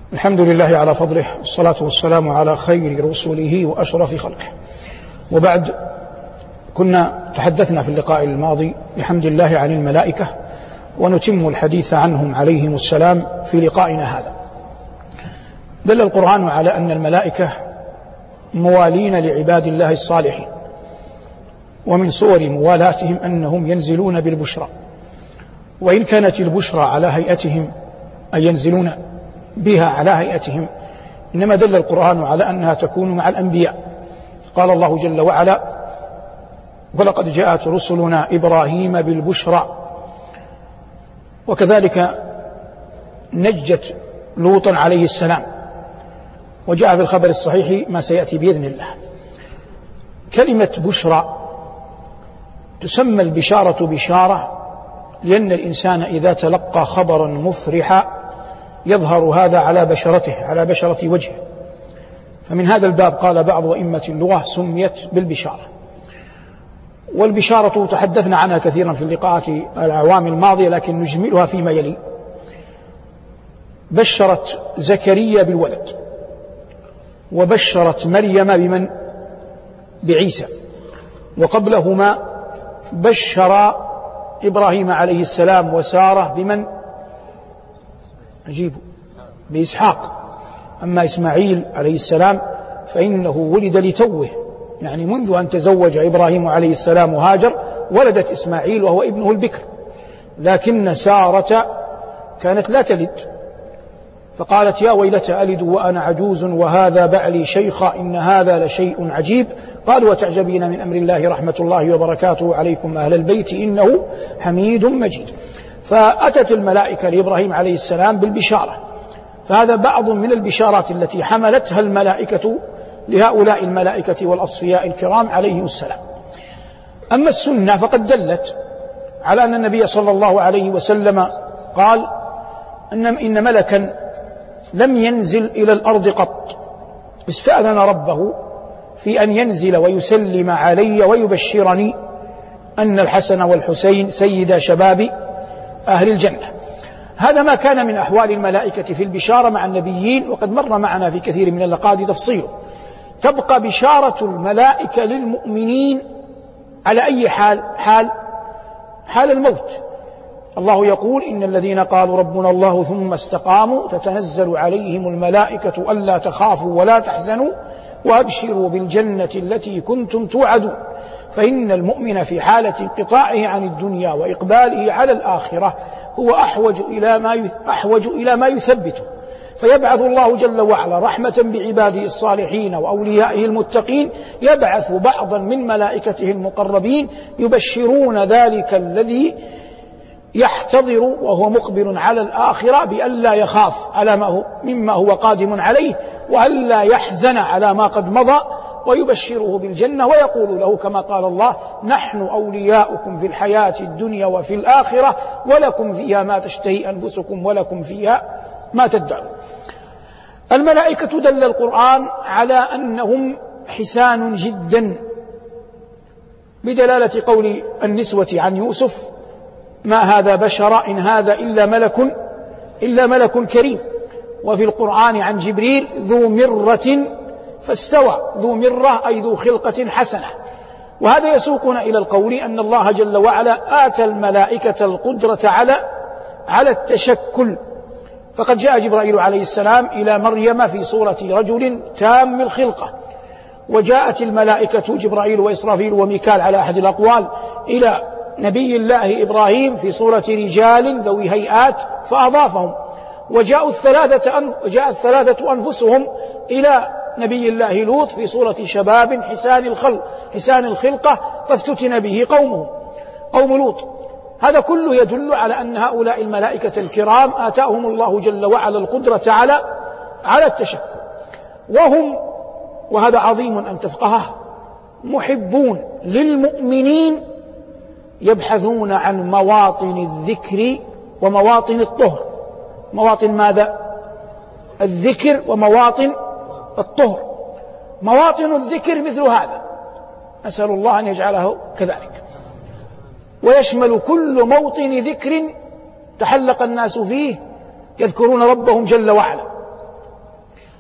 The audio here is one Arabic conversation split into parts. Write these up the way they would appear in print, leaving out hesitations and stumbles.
الحمد لله على فضله، والصلاة والسلام على خير رسله وأشرف خلقه، وبعد. كنا تحدثنا في اللقاء الماضي بحمد الله عن الملائكة، ونتم الحديث عنهم عليهم السلام في لقائنا هذا. دل القرآن على أن الملائكة موالين لعباد الله الصالحين، ومن صور موالاتهم أنهم ينزلون بالبشرى، وإن كانت البشرى على هيئتهم أن ينزلون بها على هيئتهم، إنما دل القرآن على أنها تكون مع الأنبياء. قال الله جل وعلا: ولقد جاءت رسلنا إبراهيم بالبشرى. وكذلك نجت لوطا عليه السلام، وجاء في الخبر الصحيح ما سيأتي بإذن الله. كلمة بشرى تسمى البشارة بشارة، لأن الإنسان إذا تلقى خبرا مفرحا يظهر هذا على بشرته، على بشرة وجهه، فمن هذا الباب قال بعض أئمة اللغة سميت بالبشارة. والبشارة تحدثنا عنها كثيرا في اللقاءات الأعوام الماضية، لكن نجملها فيما يلي. بشرت زكريا بالولد، وبشرت مريم بمن؟ بعيسى. وقبلهما بشر إبراهيم عليه السلام وسارة بمن؟ أجيبوا، بإسحاق. أما إسماعيل عليه السلام فإنه ولد لتوه، يعني منذ أن تزوج إبراهيم عليه السلام هاجر ولدت إسماعيل وهو ابنه البكر، لكن سارة كانت لا تلد، فقالت: يا ويلتى ألد وأنا عجوز وهذا بعلي شيخا إن هذا لشيء عجيب. قالوا: وتعجبين من أمر الله رحمة الله وبركاته عليكم أهل البيت إنه حميد مجيد. فأتت الملائكة لإبراهيم عليه السلام بالبشارة، فهذا بعض من البشارات التي حملتها الملائكة لهؤلاء الملائكة والأصفياء الكرام عليهم السلام. أما السنة فقد دلت على أن النبي صلى الله عليه وسلم قال إن ملكا لم ينزل إلى الأرض قط استأذن ربه في أن ينزل ويسلم علي ويبشرني أن الحسن والحسين سيدا شباب أهل الجنة. هذا ما كان من أحوال الملائكة في البشارة مع النبيين، وقد مر معنا في كثير من اللقاءات تفصيله. تبقى بشارة الملائكة للمؤمنين على أي حال؟ حال الموت. الله يقول: إن الذين قالوا ربنا الله ثم استقاموا تتنزل عليهم الملائكة ألا تخافوا ولا تحزنوا وأبشروا بالجنة التي كنتم توعدون. فإن المؤمن في حالة انقطاعه عن الدنيا وإقباله على الآخرة هو أحوج إلى ما يثبته، فيبعث الله جل وعلا رحمة بعباده الصالحين وأوليائه المتقين، يبعث بعضا من ملائكته المقربين يبشرون ذلك الذي يحتضر وهو مقبل على الآخرة بأن لا يخاف على مما هو قادم عليه، وأن لا يحزن على ما قد مضى، ويبشره بالجنة ويقول له كما قال الله: نحن أولياؤكم في الحياة الدنيا وفي الآخرة ولكم فيها ما تشتهي أنفسكم ولكم فيها ما تدعون. الملائكة دل القرآن على أنهم حسان جدا، بدلالة قول النسوة عن يوسف: ما هذا بشر إن هذا إلا ملك كريم. وفي القرآن عن جبريل: ذو مرة فاستوى. ذو مرة أي ذو خلقة حسنة. وهذا يسوقنا إلى القول أن الله جل وعلا آتى الملائكة القدرة على التشكل، فقد جاء جبرائيل عليه السلام إلى مريم في صورة رجل تام الخلقة، وجاءت الملائكة جبرائيل وإسرافيل وميكال على أحد الأقوال إلى نبي الله إبراهيم في صورة رجال ذوي هيئات فأضافهم، وجاء الثلاثة أنفسهم إلى نبي الله لوط في صورة شباب حسان الخلقة فافتتن به قوم لوط. هذا كله يدل على أن هؤلاء الملائكة الكرام آتاهم الله جل وعلا القدرة على التشكل، وهم، وهذا عظيم أن تفقهه، محبون للمؤمنين، يبحثون عن مواطن الذكر ومواطن الطهر. مواطن ماذا؟ الذكر ومواطن الطهر. مواطن الذكر مثل هذا، أسأل الله أن يجعله كذلك، ويشمل كل موطن ذكر تحلق الناس فيه يذكرون ربهم جل وعلا،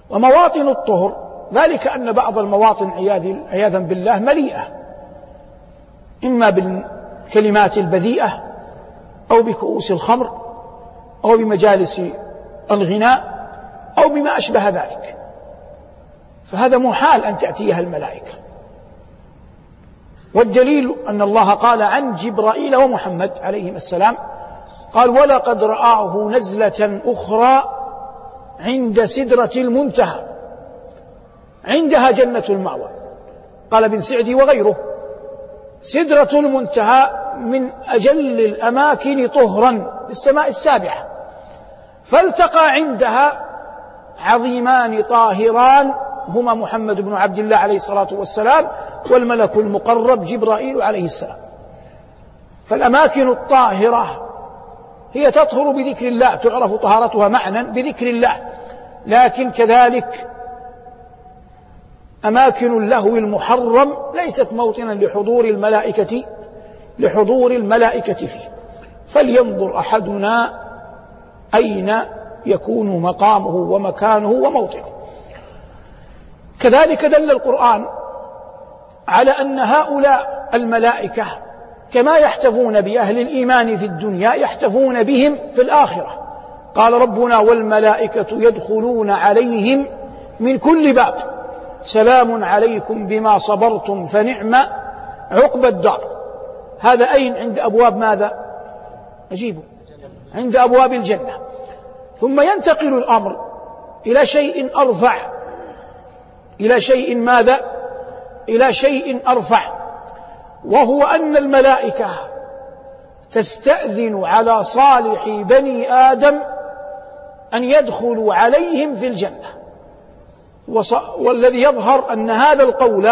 ومواطن الطهر ذلك أن بعض المواطن عياذا بالله مليئة، إما بالكلمات البذيئة أو بكؤوس الخمر أو بمجالس الغناء أو بما أشبه ذلك، فهذا محال أن تأتيها الملائكة. والدليل أن الله قال عن جبرائيل ومحمد عليهما السلام قال ولقد رآه نزلة أخرى عند سدرة المنتهى، عندها جنة المأوى. قال ابن سعدي وغيره سدرة المنتهى من أجل الأماكن طهرا في السماء السابعة، فالتقى عندها عظيمان طاهران هما محمد بن عبد الله عليه الصلاة والسلام والملك المقرب جبرائيل عليه السلام. فالأماكن الطاهرة هي تطهر بذكر الله، تعرف طهارتها معنى بذكر الله، لكن كذلك أماكن اللهو المحرم ليست موطنا لحضور الملائكة فيه. فلينظر أحدنا أين يكون مقامه ومكانه وموطنه. كذلك دل القرآن على أن هؤلاء الملائكة كما يحتفون بأهل الإيمان في الدنيا يحتفون بهم في الآخرة. قال ربنا والملائكة يدخلون عليهم من كل باب سلام عليكم بما صبرتم فنعم عقبى الدار. هذا أين؟ عند أبواب ماذا؟ أجيبوا، عند أبواب الجنة. ثم ينتقل الأمر إلى شيء أرفع، إلى شيء ماذا؟ إلى شيء أرفع، وهو أن الملائكة تستأذن على صالح بني آدم أن يدخلوا عليهم في الجنة. والذي يظهر أن هذا القول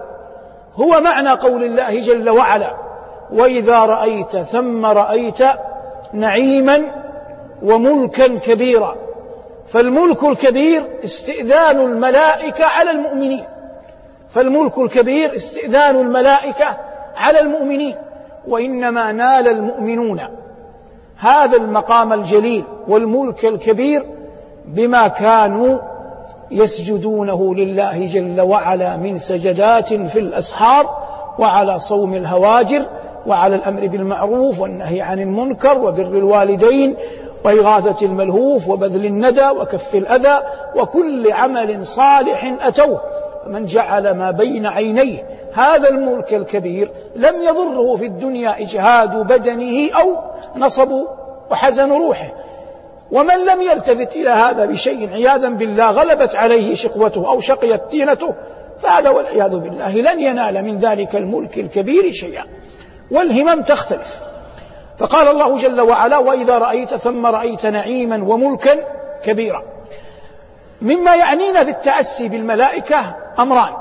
هو معنى قول الله جل وعلا وإذا رأيت ثم رأيت نعيما وملكا كبيرا. فالملك الكبير استئذان الملائكة على المؤمنين، فالملك الكبير استئذان الملائكة على المؤمنين. وإنما نال المؤمنون هذا المقام الجليل والملك الكبير بما كانوا يسجدونه لله جل وعلا من سجدات في الأسحار، وعلى صوم الهواجر، وعلى الأمر بالمعروف والنهي عن المنكر، وبر الوالدين، وإغاثة الملهوف، وبذل الندى، وكف الأذى، وكل عمل صالح أتوه. من جعل ما بين عينيه هذا الملك الكبير لم يضره في الدنيا إجهاد بدنه أو نصب وحزن روحه. ومن لم يلتفت إلى هذا بشيء عياذا بالله غلبت عليه شقوته أو شقيت دينته، فهذا والعياذ بالله لن ينال من ذلك الملك الكبير شيئا، والهمم تختلف. فقال الله جل وعلا وإذا رأيت ثم رأيت نعيما وملكا كبيرا. مما يعنينا في التأسي بالملائكة أمران: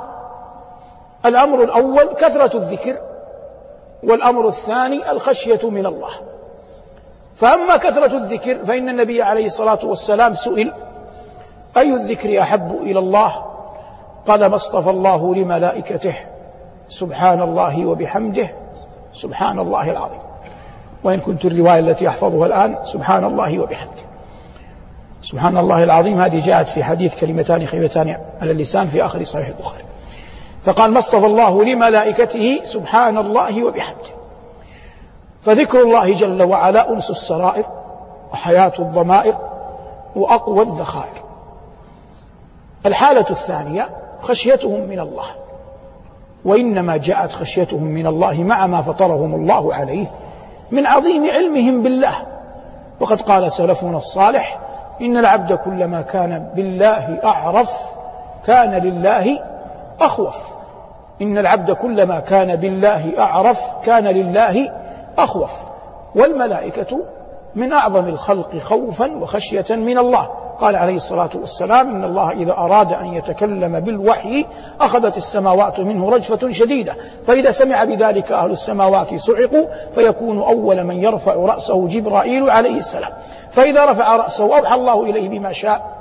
الأمر الأول كثرة الذكر، والأمر الثاني الخشية من الله. فأما كثرة الذكر فإن النبي عليه الصلاة والسلام سئل أي الذكر أحب إلى الله؟ قال ما اصطفى الله لملائكته سبحان الله وبحمده سبحان الله العظيم. وإن كنت الرواية التي أحفظها الآن سبحان الله وبحمده. سبحان الله العظيم هذه جاءت في حديث كلمتان خفيفتان على اللسان في آخر صحيح البخاري. فقال ما اصطفى الله لملائكته سبحان الله وبحمده. فذكر الله جل وعلا أنس السرائر وحياة الضمائر وأقوى الذخائر. الحالة الثانية خشيتهم من الله، وإنما جاءت خشيتهم من الله مع ما فطرهم الله عليه من عظيم علمهم بالله. وقد قال سلفنا الصالح إن العبد كلما كان بالله أعرف كان لله أخوف. إن العبد كلما كان بالله أعرف كان لله أخوف. والملائكة من أعظم الخلق خوفا وخشية من الله. قال عليه الصلاة والسلام إن الله إذا أراد أن يتكلم بالوحي أخذت السماوات منه رجفة شديدة، فإذا سمع بذلك أهل السماوات صعقوا، فيكون أول من يرفع رأسه جبرائيل عليه السلام، فإذا رفع رأسه أوحى الله إليه بما شاء،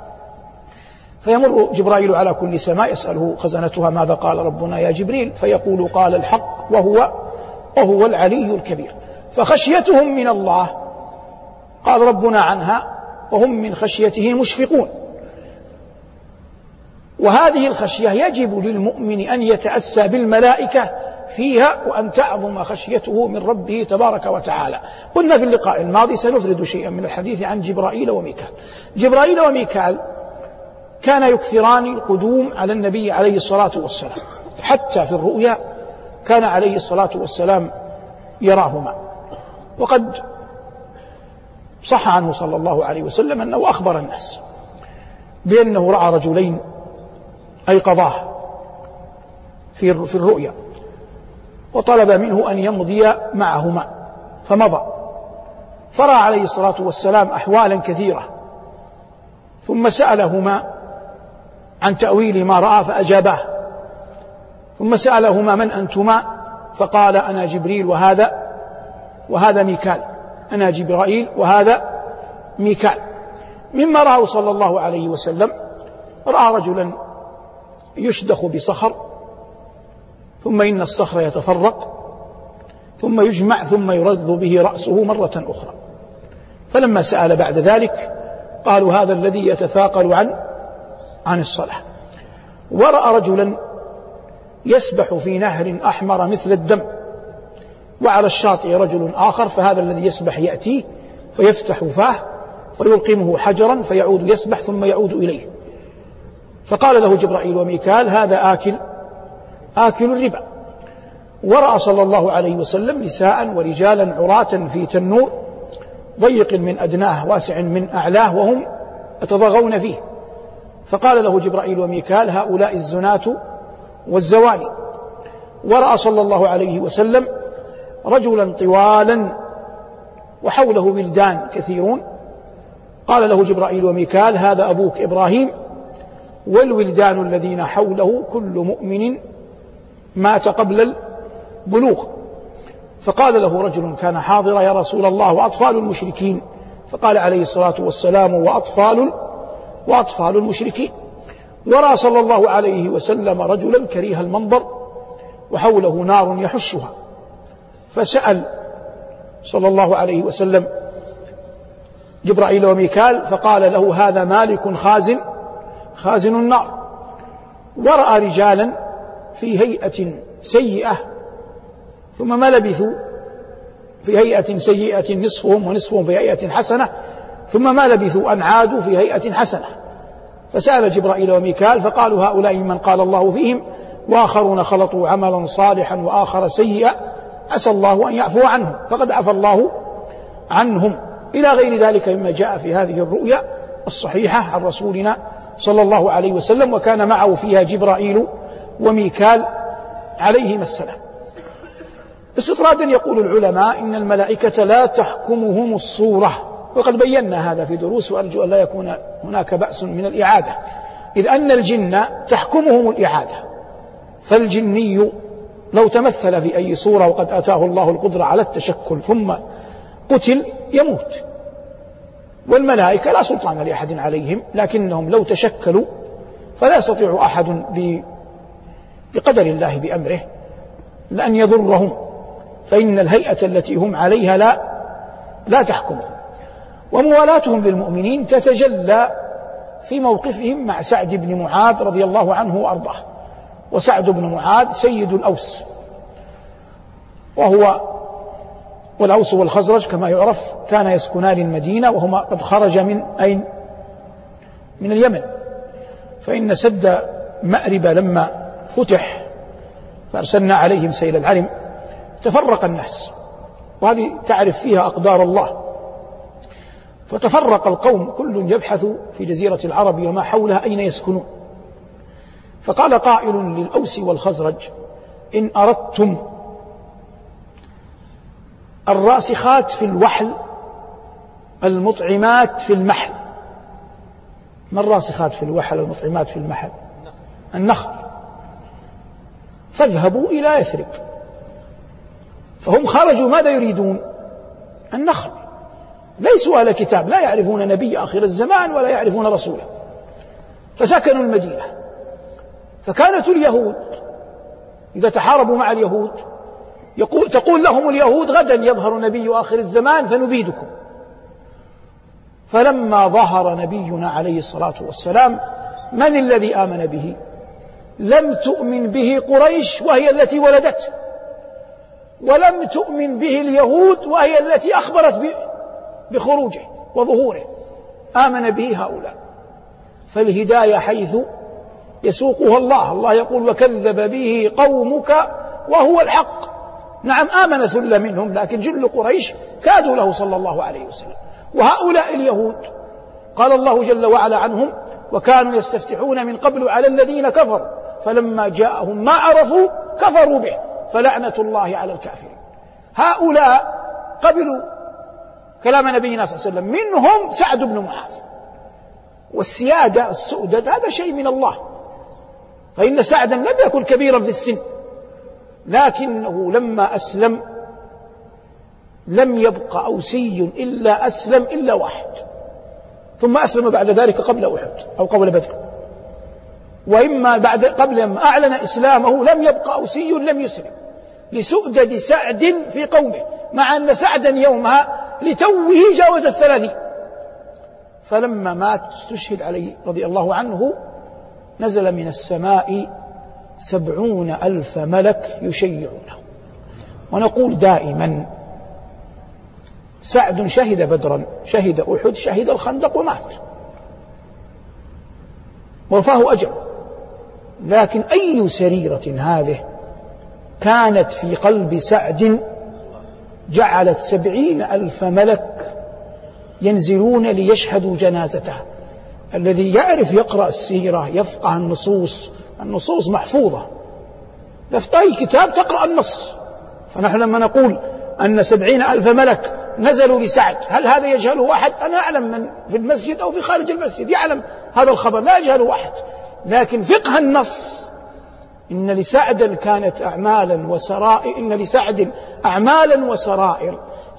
فيمر جبرائيل على كل سماء يسأله خزنتها ماذا قال ربنا يا جبريل، فيقول قال الحق وهو العلي الكبير. فخشيتهم من الله قال ربنا عنها وهم من خشيته مشفقون. وهذه الخشية يجب للمؤمن أن يتأسى بالملائكة فيها، وأن تعظم خشيته من ربه تبارك وتعالى. قلنا في اللقاء الماضي سنفرد شيئا من الحديث عن جبرائيل وميكال. جبرائيل وميكال كان يكثران القدوم على النبي عليه الصلاة والسلام، حتى في الرؤيا كان عليه الصلاة والسلام يراهما. وقد صح عنه صلى الله عليه وسلم أنه أخبر الناس بأنه رأى رجلين أيقظاه في الرؤيا، وطلب منه أن يمضي معهما، فمضى، فرأى عليه الصلاة والسلام أحوالا كثيرة، ثم سألهما عن تأويل ما رأى فأجاباه، ثم سألهما من أنتما، فقال أنا جبريل وهذا ميكال، أنا جبرائيل وهذا ميكال. مما رأى صلى الله عليه وسلم، رأى رجلا يشدخ بصخر، ثم إن الصخر يتفرق، ثم يجمع، ثم يرد به رأسه مرة أخرى. فلما سأل بعد ذلك قالوا هذا الذي يتثاقل عن الصلاة. ورأى رجلا يسبح في نهر أحمر مثل الدم، وعلى الشاطئ رجل آخر، فهذا الذي يسبح يأتيه فيفتح فاه فيلقمه حجرا فيعود يسبح ثم يعود إليه، فقال له جبرائيل وميكال هذا آكل الربا. ورأى صلى الله عليه وسلم نساء ورجالا عراة في تنور ضيق من أدناه واسع من أعلاه وهم يتضاغون فيه، فقال له جبرائيل وميكال هؤلاء الزناة والزواني. ورأى صلى الله عليه وسلم رجلا طوالا وحوله ولدان كثيرون، قال له جبرائيل وميكال هذا أبوك إبراهيم، والولدان الذين حوله كل مؤمن مات قبل البلوغ. فقال له رجل كان حاضرا يا رسول الله وأطفال المشركين؟ فقال عليه الصلاة والسلام وأطفال المشركين. ورأى صلى الله عليه وسلم رجلا كريه المنظر وحوله نار يحشها، فسأل صلى الله عليه وسلم جبرائيل وميكال، فقال له هذا مالك خازن النار. ورأى رجالا في هيئة سيئة، ثم ما لبثوا في هيئة سيئة نصفهم ونصفهم في هيئة حسنة، ثم ما لبثوا أن عادوا في هيئة حسنة. فسأل جبرائيل وميكال فقالوا هؤلاء من قال الله فيهم، وآخرون خلطوا عملا صالحا وآخر سيئا، عسى الله أن يعفو عنهم فقد عفى الله عنهم، إلى غير ذلك مما جاء في هذه الرؤيا الصحيحة عن رسولنا صلى الله عليه وسلم، وكان معه فيها جبرائيل وميكال عليهما السلام. استطرادا يقول العلماء إن الملائكة لا تحكمهم الصورة، وقد بينا هذا في دروس، وأرجو أن لا يكون هناك بأس من الإعادة، إذ أن الجن تحكمهم الإعادة، فالجني لو تمثل في أي صورة وقد آتاه الله القدرة على التشكل ثم قتل يموت، والملائكة لا سلطان لأحد عليهم، لكنهم لو تشكلوا فلا يستطيع أحد بقدر الله بأمره لأن يضرهم، فإن الهيئة التي هم عليها لا تحكمهم. وموالاتهم للمؤمنين تتجلى في موقفهم مع سعد بن معاذ رضي الله عنه وأرضاه. وسعد بن معاذ سيد الأوس، والأوس والخزرج كما يعرف كان يسكنان المدينة، وهما قد خرج من أين؟ من اليمن، فإن سد مأرب لما فتح فأرسلنا عليهم سيل العلم تفرق الناس، وهذه تعرف فيها أقدار الله، فتفرق القوم كل يبحث في جزيرة العرب وما حولها أين يسكنون. فقال قائل للأوس والخزرج إن أردتم الراسخات في الوحل المطعمات في المحل. ما الراسخات في الوحل المطعمات في المحل؟ النخل. فاذهبوا إلى يثرب. فهم خرجوا ماذا يريدون؟ النخل، ليسوا أهل كتاب، لا يعرفون نبي آخر الزمان ولا يعرفون رسوله، فسكنوا المدينة. فكانت اليهود إذا تحاربوا مع اليهود تقول لهم اليهود غدا يظهر نبي آخر الزمان فنبيدكم. فلما ظهر نبينا عليه الصلاة والسلام من الذي آمن به؟ لم تؤمن به قريش وهي التي ولدته، ولم تؤمن به اليهود وهي التي أخبرت بخروجه وظهوره، آمن به هؤلاء. فالهداية حيث يسوقها الله يقول وكذب به قومك وهو الحق. نعم آمن ثلة منهم، لكن جل قريش كادوا له صلى الله عليه وسلم. وهؤلاء اليهود قال الله جل وعلا عنهم وكانوا يستفتحون من قبل على الذين كفروا فلما جاءهم ما عرفوا كفروا به فلعنة الله على الكافرين. هؤلاء قبلوا كلام نبينا صلى الله عليه وسلم، منهم سعد بن معاذ. والسيادة السؤدد هذا شيء من الله، فإن سعدا لم يكن كبيرا في السن، لكنه لما أسلم لم يبق أوسي إلا أسلم إلا واحد، ثم أسلم بعد ذلك قبل أحد أو قبل بدر، وإما قبل ما أعلن إسلامه لم يبق أوسي لم يسلم لسؤدد سعد في قومه، مع أن سعدا يومها لتوه جاوز 30. فلما مات استشهد عليه رضي الله عنه نزل من السماء 70,000 ملك يشيعونه. ونقول دائما سعد شهد بدرا، شهد أحد، شهد الخندق ومات وفاه أجر، لكن أي سريرة هذه كانت في قلب سعد جعلت 70,000 ملك ينزلون ليشهدوا جنازته. الذي يعرف يقرأ السيرة يفقه النصوص محفوظة، في أي كتاب تقرأ النص. فنحن لما نقول أن 70,000 ملك نزلوا لسعد، هل هذا يجهله أحد؟ أنا أعلم من في المسجد أو في خارج المسجد يعلم هذا الخبر، لا يجهله أحد، لكن فقه النص إن لسعد كانت أعمالا وسرائر، إن لسعد أعمالا وسرائر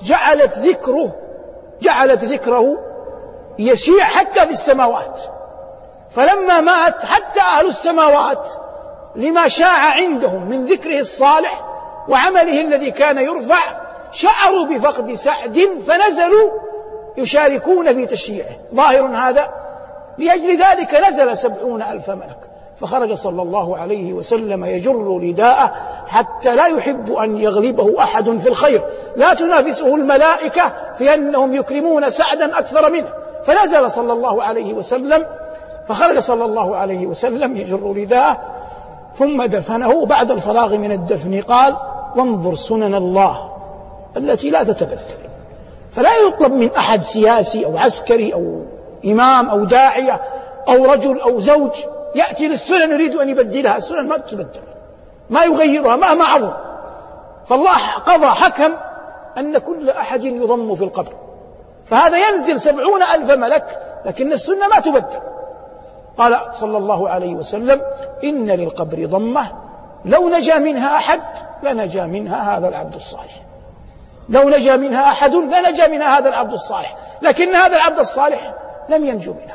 جعلت ذكره يشيع حتى في السماوات. فلما مات حتى أهل السماوات لما شاع عندهم من ذكره الصالح وعمله الذي كان يرفع شعروا بفقد سعد فنزلوا يشاركون في تشييعه. ظاهر هذا، لأجل ذلك نزل 70,000 ملك، فخرج صلى الله عليه وسلم يجر رداءه حتى لا يحب أن يغلبه أحد في الخير، لا تنافسه الملائكة في أنهم يكرمون سعدا أكثر منه. فنزل صلى الله عليه وسلم، فخرج صلى الله عليه وسلم يجر رداءه ثم دفنه. بعد الفراغ من الدفن قال وانظر سنن الله التي لا تتبدل. فلا يطلب من أحد سياسي أو عسكري أو إمام أو داعية أو رجل أو زوج يأتي للسنن يريد أن يبدلها، السنن ما تتبدل، ما يغيرها مهما عظم. فالله حكم أن كل أحد يضم في القبر، فهذا ينزل 70,000 ملك لكن السنة ما تبدل. قال صلى الله عليه وسلم إن للقبر ضمة لو نجا منها أحد لنجا منها هذا العبد الصالح، لو نجا منها أحد لنجا منها هذا العبد الصالح، لكن هذا العبد الصالح لم ينجو منها،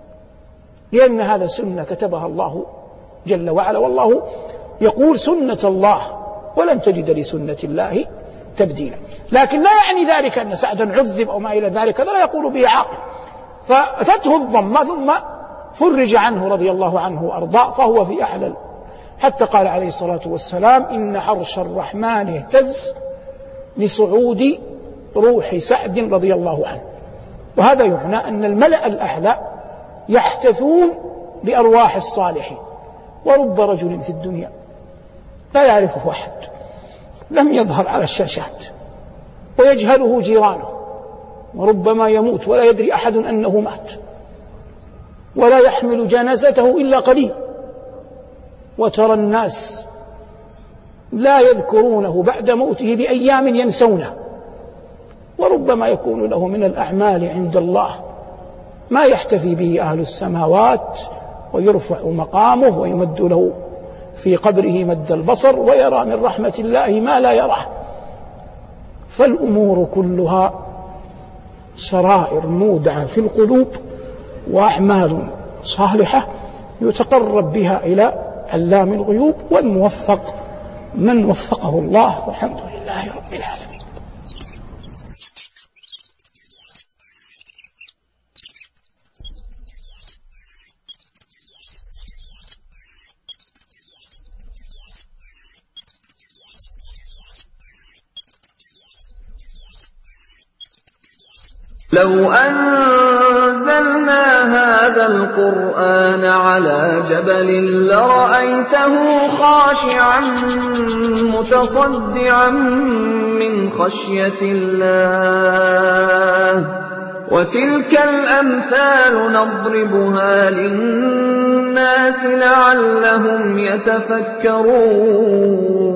لأن هذا سنة كتبها الله جل وعلا. والله يقول سنة الله ولن تجد لسنة الله تبديلا. لكن لا يعني ذلك أن سعدا عذب أو ما إلى ذلك، هذا لا يقول به عاقل. فأتته الضمة ثم فرج عنه رضي الله عنه وأرضاه، فهو في أعلى، حتى قال عليه الصلاة والسلام إن عرش الرحمن اهتز لصعود روح سعد رضي الله عنه. وهذا يعنى أن الملأ الأعلى يحتفون بأرواح الصالحين. ورب رجل في الدنيا لا يعرفه أحد، لم يظهر على الشاشات ويجهله جيرانه، وربما يموت ولا يدري أحد أنه مات، ولا يحمل جنازته إلا قليل، وترى الناس لا يذكرونه بعد موته بأيام ينسونه، وربما يكون له من الأعمال عند الله ما يحتفي به أهل السماوات ويرفع مقامه ويمد له في قبره مد البصر ويرى من رحمة الله ما لا يراه. فالأمور كلها سرائر مودعة في القلوب وأعمال صالحة يتقرب بها إلى علام الغيوب، والموفق من وفقه الله، والحمد لله رب العالمين. لو أنزلنا هذا القرآن على جبل لرأيته خاشعا متصدعا من خشية الله وتلك الأمثال نضربها للناس لعلهم يتفكرون